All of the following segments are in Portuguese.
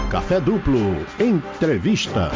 Café Duplo, entrevista.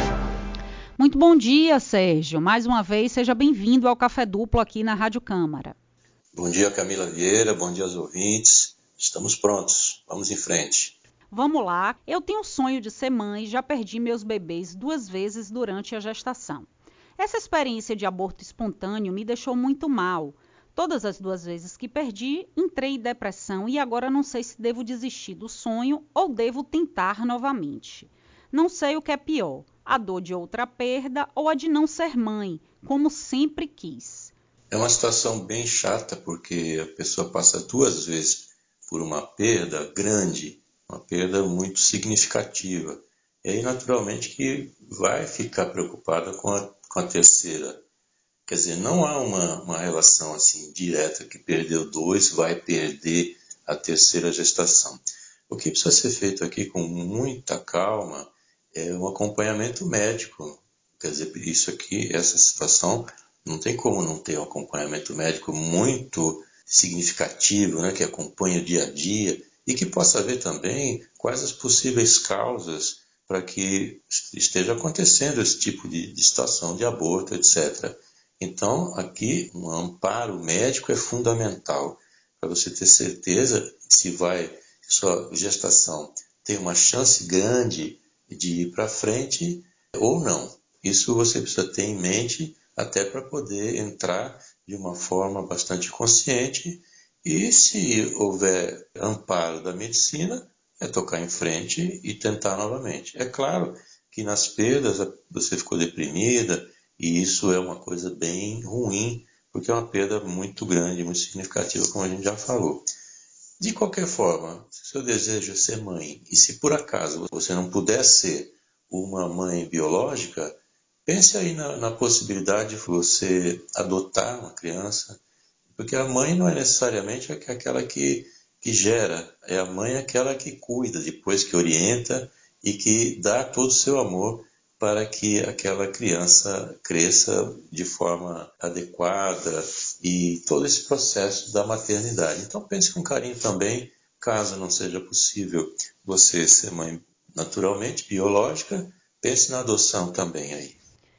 Muito bom dia, Sérgio. Mais uma vez, seja bem-vindo ao Café Duplo aqui na Rádio Câmara. Bom dia, Camila Vieira. Bom dia aos ouvintes. Estamos prontos. Vamos em frente. Vamos lá. Eu tenho o sonho de ser mãe e já perdi meus bebês 2 vezes durante a gestação. Essa experiência de aborto espontâneo me deixou muito mal. Todas as 2 vezes que perdi, entrei em depressão e agora não sei se devo desistir do sonho ou devo tentar novamente. Não sei o que é pior, a dor de outra perda ou a de não ser mãe, como sempre quis. É uma situação bem chata porque a pessoa passa 2 vezes por uma perda grande, uma perda muito significativa. E aí, naturalmente, que vai ficar preocupada com a terceira. Quer dizer, não há uma relação assim direta que perdeu 2 vai perder a terceira gestação. O que precisa ser feito aqui com muita calma é um acompanhamento médico. Quer dizer, isso aqui, essa situação, não tem como não ter um acompanhamento médico muito significativo, né, que acompanhe o dia a dia e que possa ver também quais as possíveis causas para que esteja acontecendo esse tipo de situação de aborto, etc. Então, aqui, um amparo médico é fundamental para você ter certeza se sua gestação tem uma chance grande de ir para frente ou não. Isso você precisa ter em mente até para poder entrar de uma forma bastante consciente e, se houver amparo da medicina, é tocar em frente e tentar novamente. É claro que nas perdas você ficou deprimida, e isso é uma coisa bem ruim, porque é uma perda muito grande, muito significativa, como a gente já falou. De qualquer forma, se o seu desejo é ser mãe, e se por acaso você não puder ser uma mãe biológica, pense aí na possibilidade de você adotar uma criança, porque a mãe não é necessariamente aquela que gera, é a mãe aquela que cuida, depois que orienta e que dá todo o seu amor para que aquela criança cresça de forma adequada e todo esse processo da maternidade. Então pense com carinho também, caso não seja possível você ser mãe naturalmente, biológica, pense na adoção também aí.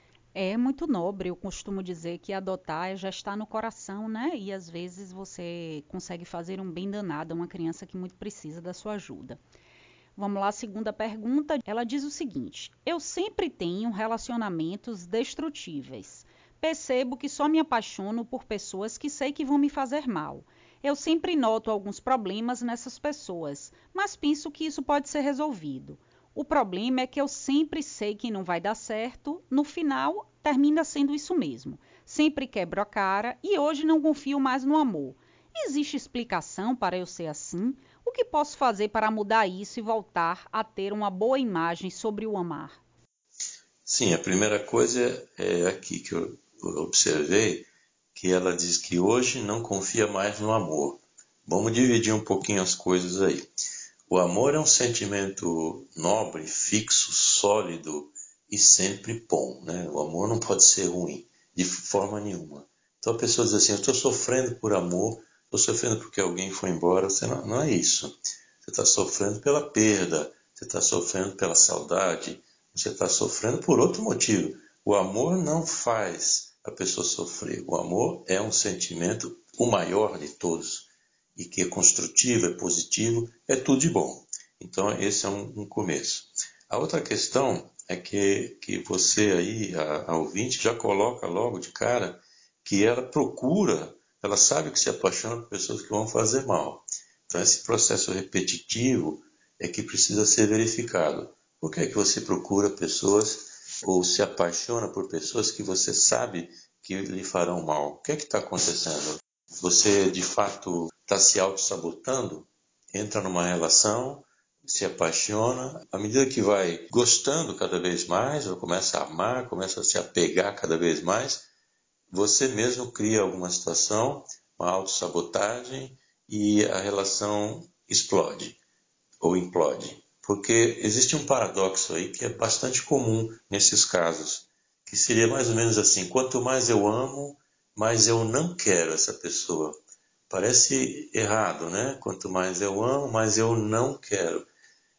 É muito nobre, eu costumo dizer que adotar já está no coração, né? E às vezes você consegue fazer um bem danado a uma criança que muito precisa da sua ajuda. Vamos lá, segunda pergunta. Ela diz o seguinte: eu sempre tenho relacionamentos destrutíveis. Percebo que só me apaixono por pessoas que sei que vão me fazer mal. Eu sempre noto alguns problemas nessas pessoas, mas penso que isso pode ser resolvido. O problema é que eu sempre sei que não vai dar certo, no final termina sendo isso mesmo. Sempre quebro a cara e hoje não confio mais no amor. Existe explicação para eu ser assim? O que posso fazer para mudar isso e voltar a ter uma boa imagem sobre o amar? Sim, a primeira coisa é aqui que eu observei, que ela diz que hoje não confia mais no amor. Vamos dividir um pouquinho as coisas aí. O amor é um sentimento nobre, fixo, sólido e sempre bom, né? O amor não pode ser ruim, de forma nenhuma. Então a pessoa diz assim, eu estou sofrendo por amor, estou sofrendo porque alguém foi embora. Você não é isso. Você está sofrendo pela perda, você está sofrendo pela saudade, você está sofrendo por outro motivo. O amor não faz a pessoa sofrer. O amor é um sentimento, o maior de todos, e que é construtivo, é positivo, é tudo de bom. Então esse é um começo. A outra questão é que você aí, a ouvinte, já coloca logo de cara que ela procura, ela sabe que se apaixona por pessoas que vão fazer mal. Então esse processo repetitivo é que precisa ser verificado. Por que é que você procura pessoas ou se apaixona por pessoas que você sabe que lhe farão mal? O que é que está acontecendo? Você, de fato, está se auto-sabotando? Entra numa relação, se apaixona, à medida que vai gostando cada vez mais, ou começa a amar, começa a se apegar cada vez mais, você mesmo cria alguma situação, uma autossabotagem, e a relação explode ou implode. Porque existe um paradoxo aí que é bastante comum nesses casos, que seria mais ou menos assim: quanto mais eu amo, mais eu não quero essa pessoa. Parece errado, né? Quanto mais eu amo, mais eu não quero.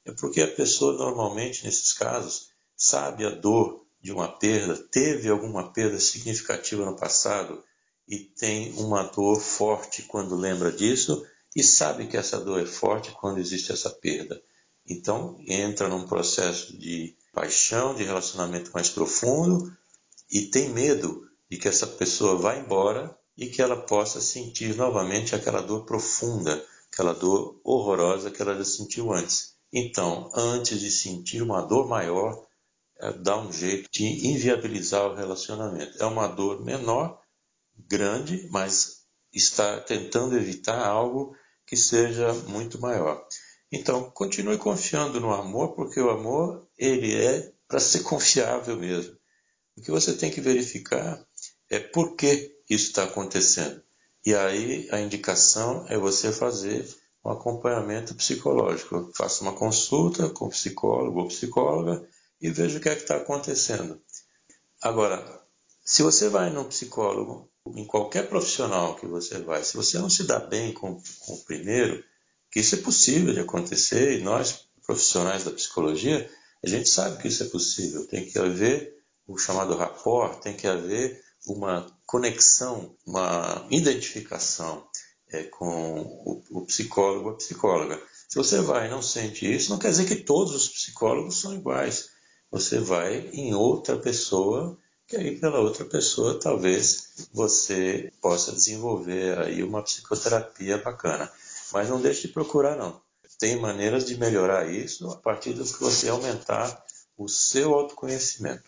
É porque a pessoa normalmente, nesses casos, sabe a dor de uma perda, teve alguma perda significativa no passado e tem uma dor forte quando lembra disso e sabe que essa dor é forte quando existe essa perda. Então, entra num processo de paixão, de relacionamento mais profundo e tem medo de que essa pessoa vá embora e que ela possa sentir novamente aquela dor profunda, aquela dor horrorosa que ela já sentiu antes. Então, antes de sentir uma dor maior, dá um jeito de inviabilizar o relacionamento. É uma dor menor, grande, mas está tentando evitar algo que seja muito maior. Então, continue confiando no amor, porque o amor ele é para ser confiável mesmo. O que você tem que verificar é por que isso está acontecendo. E aí a indicação é você fazer um acompanhamento psicológico. Faça uma consulta com o psicólogo ou psicóloga e veja o que é que está acontecendo. Agora, se você vai no psicólogo, em qualquer profissional que você vai, se você não se dá bem com o primeiro, que isso é possível de acontecer, e nós, profissionais da psicologia, a gente sabe que isso é possível. Tem que haver o chamado rapport, tem que haver uma conexão, uma identificação com o psicólogo ou a psicóloga. Se você vai e não sente isso, não quer dizer que todos os psicólogos são iguais. Você vai em outra pessoa, que aí pela outra pessoa talvez você possa desenvolver aí uma psicoterapia bacana. Mas não deixe de procurar não. Tem maneiras de melhorar isso a partir do que você aumentar o seu autoconhecimento.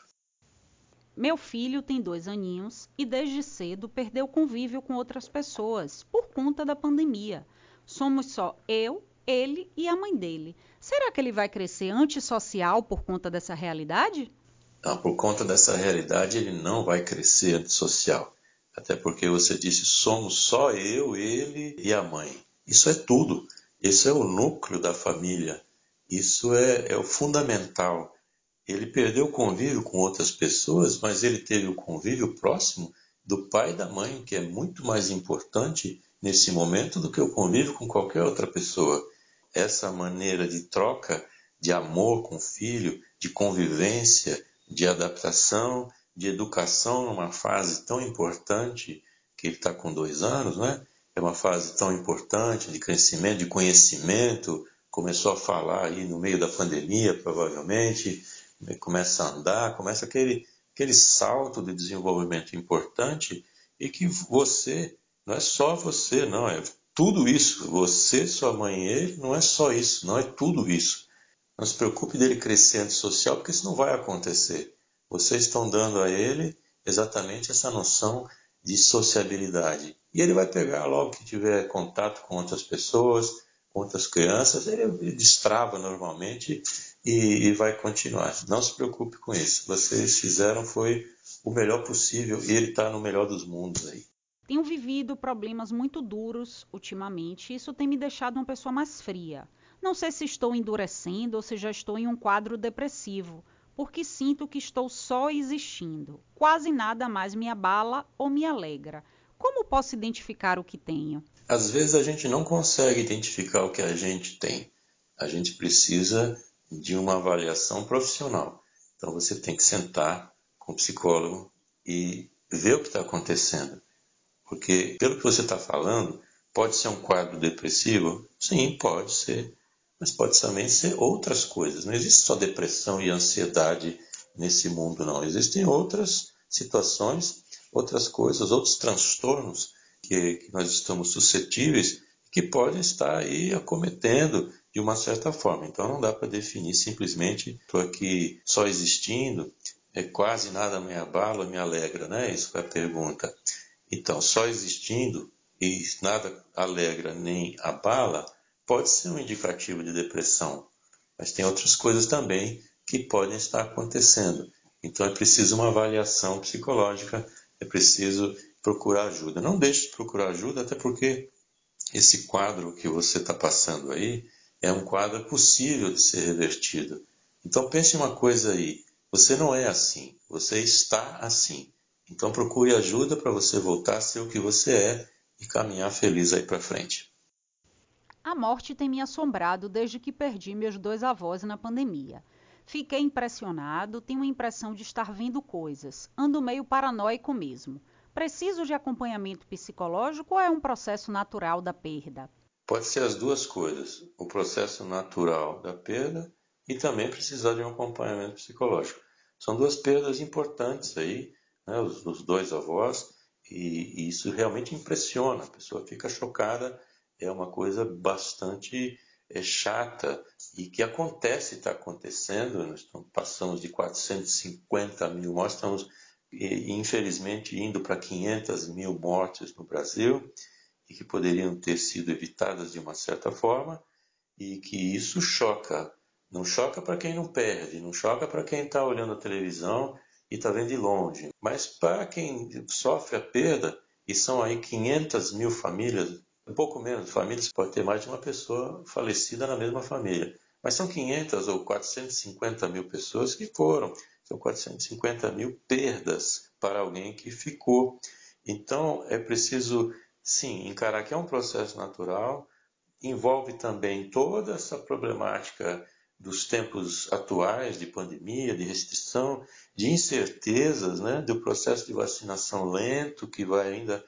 Meu filho tem 2 aninhos e desde cedo perdeu convívio com outras pessoas por conta da pandemia. Somos só eu, ele e a mãe dele. Será que ele vai crescer antissocial por conta dessa realidade? Então, por conta dessa realidade, ele não vai crescer antissocial. Até porque você disse, somos só eu, ele e a mãe. Isso é tudo. Isso é o núcleo da família. Isso é o fundamental. Ele perdeu o convívio com outras pessoas, mas ele teve o convívio próximo do pai e da mãe, que é muito mais importante nesse momento do que o convívio com qualquer outra pessoa. Essa maneira de troca de amor com o filho, de convivência, de adaptação, de educação numa fase tão importante, que ele está com 2 anos, né? É uma fase tão importante de crescimento, de conhecimento, começou a falar aí no meio da pandemia, provavelmente, começa a andar, começa aquele salto de desenvolvimento importante e que você, não é só você, não, é tudo isso. Você, sua mãe e ele, não é só isso, não é tudo isso. Não se preocupe dele crescer antissocial, porque isso não vai acontecer. Vocês estão dando a ele exatamente essa noção de sociabilidade. E ele vai pegar logo que tiver contato com outras pessoas, com outras crianças, ele destrava normalmente e vai continuar. Não se preocupe com isso. Vocês fizeram foi o melhor possível e ele está no melhor dos mundos aí. Tenho vivido problemas muito duros ultimamente e isso tem me deixado uma pessoa mais fria. Não sei se estou endurecendo ou se já estou em um quadro depressivo, porque sinto que estou só existindo. Quase nada mais me abala ou me alegra. Como posso identificar o que tenho? Às vezes a gente não consegue identificar o que a gente tem. A gente precisa de uma avaliação profissional. Então você tem que sentar com o psicólogo e ver o que está acontecendo. Porque, pelo que você está falando, pode ser um quadro depressivo? Sim, pode ser. Mas pode também ser outras coisas. Não existe só depressão e ansiedade nesse mundo, não. Existem outras situações, outras coisas, outros transtornos que nós estamos suscetíveis que podem estar aí acometendo de uma certa forma. Então não dá para definir simplesmente estou aqui só existindo, quase nada me abala, me alegra, né? Isso é a pergunta. Então, só existindo e nada alegra nem abala, pode ser um indicativo de depressão. Mas tem outras coisas também que podem estar acontecendo. Então é preciso uma avaliação psicológica, é preciso procurar ajuda. Não deixe de procurar ajuda, até porque esse quadro que você está passando aí é um quadro possível de ser revertido. Então pense uma coisa aí, você não é assim, você está assim. Então procure ajuda para você voltar a ser o que você é e caminhar feliz aí para frente. A morte tem me assombrado desde que perdi meus 2 avós na pandemia. Fiquei impressionado, tenho a impressão de estar vendo coisas. Ando meio paranoico mesmo. Preciso de acompanhamento psicológico ou é um processo natural da perda? Pode ser as duas coisas, o processo natural da perda e também precisar de um acompanhamento psicológico. São duas perdas importantes aí, né, os dois avós, e isso realmente impressiona, a pessoa fica chocada, é uma coisa bastante chata e que acontece, está acontecendo, nós passamos de 450 mil mortes, estamos infelizmente indo para 500 mil mortes no Brasil, e que poderiam ter sido evitadas de uma certa forma, e que isso choca. Não choca para quem não perde, não choca para quem está olhando a televisão e está vendo de longe, mas para quem sofre a perda, e são aí 500 mil famílias, um pouco menos famílias, pode ter mais de uma pessoa falecida na mesma família, mas são 500 ou 450 mil pessoas que foram, são 450 mil perdas para alguém que ficou. Então é preciso, sim, encarar que é um processo natural, envolve também toda essa problemática dos tempos atuais de pandemia, de restrição, de incertezas, né, do processo de vacinação lento que vai ainda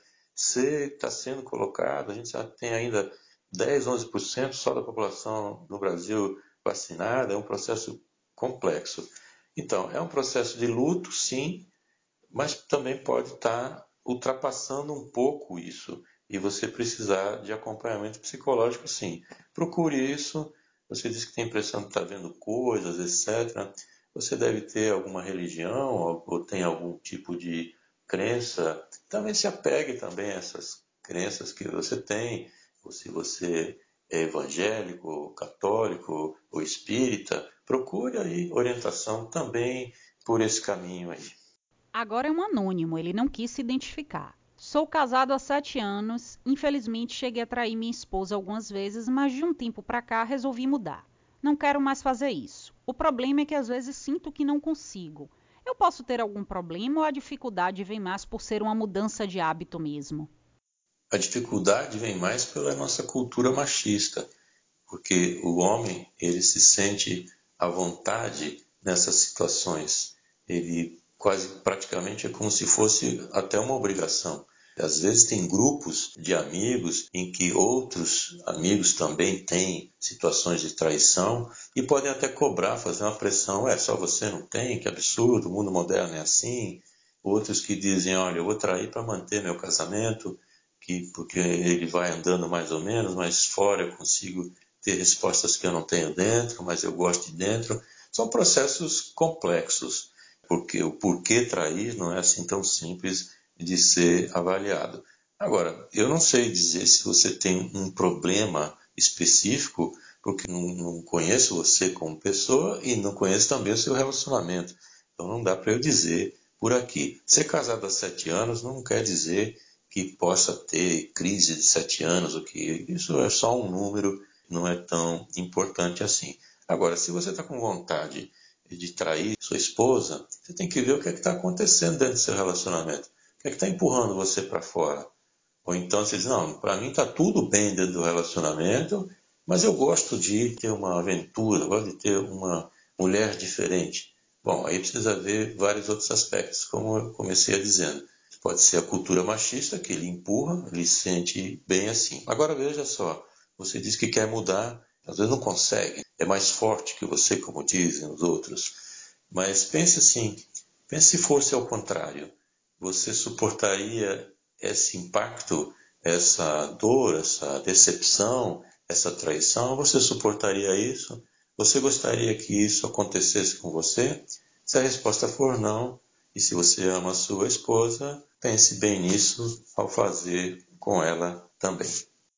está sendo colocado. A gente já tem ainda 10, 11% só da população no Brasil vacinada, é um processo complexo. Então, é um processo de luto, sim, mas também pode estar ultrapassando um pouco isso e você precisar de acompanhamento psicológico, sim. Procure isso. Você disse que tem a impressão de estar vendo coisas, etc. Você deve ter alguma religião ou tem algum tipo de crença. Também se apegue também a essas crenças que você tem, ou se você é evangélico, católico ou espírita, procure aí orientação também por esse caminho aí. Agora é um anônimo, ele não quis se identificar. Sou casado há 7 anos, infelizmente cheguei a trair minha esposa algumas vezes, mas de um tempo para cá resolvi mudar. Não quero mais fazer isso. O problema é que às vezes sinto que não consigo. Eu posso ter algum problema ou a dificuldade vem mais por ser uma mudança de hábito mesmo? A dificuldade vem mais pela nossa cultura machista, porque o homem ele se sente à vontade nessas situações. Ele quase praticamente é como se fosse até uma obrigação. Às vezes tem grupos de amigos em que outros amigos também têm situações de traição e podem até cobrar, fazer uma pressão. Só você não tem, que absurdo, o mundo moderno é assim. Outros que dizem, olha, eu vou trair para manter meu casamento, porque ele vai andando mais ou menos, mas fora eu consigo ter respostas que eu não tenho dentro, mas eu gosto de dentro. São processos complexos, porque o porquê trair não é assim tão simples de ser avaliado. Agora, eu não sei dizer se você tem um problema específico, porque não conheço você como pessoa e não conheço também o seu relacionamento. Então não dá para eu dizer por aqui. Ser casado há 7 anos não quer dizer que possa ter crise de 7 anos, o que isso é só um número, não é tão importante assim. Agora, se você está com vontade de trair sua esposa, você tem que ver o que é que está acontecendo dentro do seu relacionamento. O que é que está empurrando você para fora? Ou então você diz, não, para mim está tudo bem dentro do relacionamento, mas eu gosto de ter uma aventura, eu gosto de ter uma mulher diferente. Bom, aí precisa ver vários outros aspectos, como eu comecei a dizendo. Pode ser a cultura machista, que ele empurra, ele se sente bem assim. Agora veja só, você diz que quer mudar, às vezes não consegue, é mais forte que você, como dizem os outros. Mas pense assim, pense se fosse ao contrário. Você suportaria esse impacto, essa dor, essa decepção, essa traição? Você suportaria isso? Você gostaria que isso acontecesse com você? Se a resposta for não, e se você ama a sua esposa, pense bem nisso ao fazer com ela também.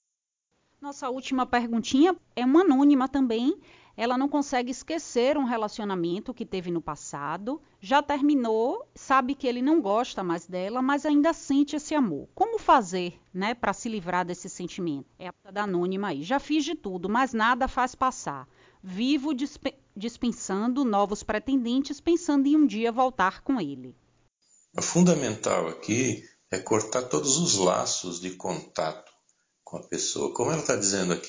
Nossa última perguntinha é uma anônima também. Ela não consegue esquecer um relacionamento que teve no passado, já terminou, sabe que ele não gosta mais dela, mas ainda sente esse amor. Como fazer, né, para se livrar desse sentimento? É a da anônima aí. Já fiz de tudo, mas nada faz passar. Vivo dispensando novos pretendentes, pensando em um dia voltar com ele. O fundamental aqui é cortar todos os laços de contato com a pessoa. Como ela está dizendo aqui,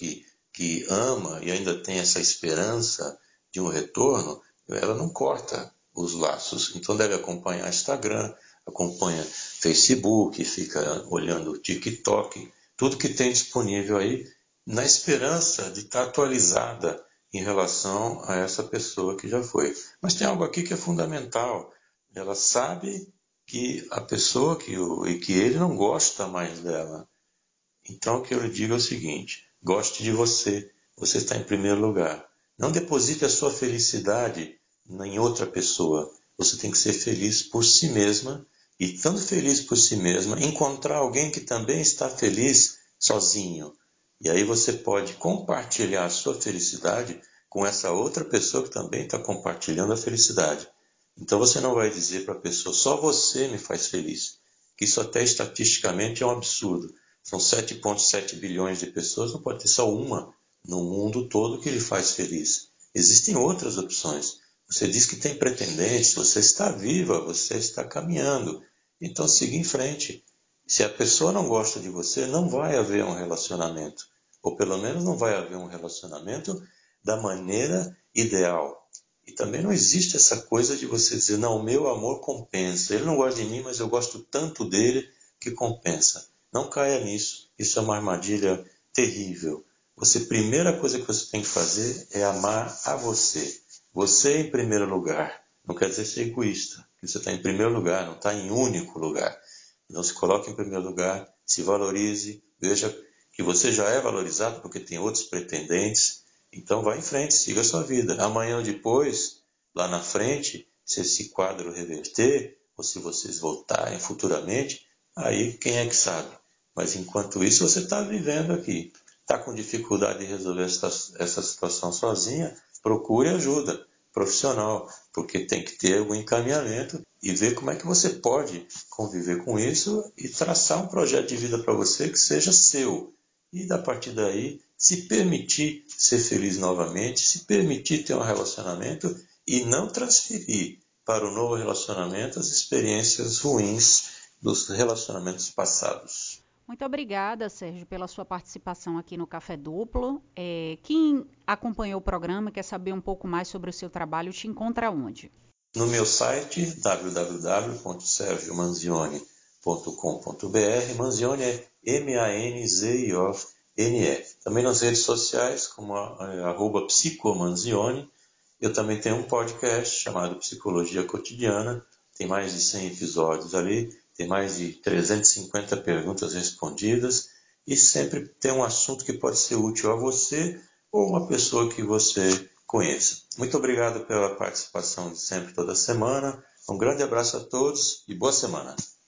que ama e ainda tem essa esperança de um retorno, ela não corta os laços. Então deve acompanhar Instagram, acompanha Facebook, fica olhando o TikTok, tudo que tem disponível aí, na esperança de estar atualizada em relação a essa pessoa que já foi. Mas tem algo aqui que é fundamental. Ela sabe que a pessoa e que ele não gosta mais dela. Então o que eu lhe digo é o seguinte: goste de você, você está em primeiro lugar. Não deposite a sua felicidade em outra pessoa. Você tem que ser feliz por si mesma e, estando feliz por si mesma, encontrar alguém que também está feliz sozinho. E aí você pode compartilhar a sua felicidade com essa outra pessoa que também está compartilhando a felicidade. Então você não vai dizer para a pessoa, só você me faz feliz. Que isso até estatisticamente é um absurdo. São 7,7 bilhões de pessoas, não pode ter só uma no mundo todo que lhe faz feliz. Existem outras opções. Você diz que tem pretendentes, você está viva, você está caminhando. Então siga em frente. Se a pessoa não gosta de você, não vai haver um relacionamento. Ou pelo menos não vai haver um relacionamento da maneira ideal. E também não existe essa coisa de você dizer, não, o meu amor compensa. Ele não gosta de mim, mas eu gosto tanto dele que compensa. Não caia nisso. Isso é uma armadilha terrível. Primeira coisa que você tem que fazer é amar a você. Você em primeiro lugar. Não quer dizer ser egoísta. Você está em primeiro lugar, não está em único lugar. Então se coloque em primeiro lugar, se valorize, veja que você já é valorizado porque tem outros pretendentes. Então vá em frente, siga a sua vida. Amanhã ou depois, lá na frente, se esse quadro reverter, ou se vocês voltarem futuramente, aí quem é que sabe? Mas enquanto isso você está vivendo aqui. Está com dificuldade de resolver essa situação sozinha, procure ajuda profissional, porque tem que ter algum encaminhamento e ver como é que você pode conviver com isso e traçar um projeto de vida para você que seja seu. E a partir daí, se permitir ser feliz novamente, se permitir ter um relacionamento e não transferir para o novo relacionamento as experiências ruins dos relacionamentos passados. Muito obrigada, Sérgio, pela sua participação aqui no Café Duplo. Quem acompanhou o programa e quer saber um pouco mais sobre o seu trabalho, te encontra onde? No meu site, www.sergiomanzione.com.br. Manzione é M-A-N-Z-I-O-N-E. Também nas redes sociais, como @psicomanzione. Eu também tenho um podcast chamado Psicologia Cotidiana. Tem mais de 100 episódios ali. Tem mais de 350 perguntas respondidas. E sempre tem um assunto que pode ser útil a você ou uma pessoa que você conheça. Muito obrigado pela participação de sempre, toda semana. Um grande abraço a todos e boa semana.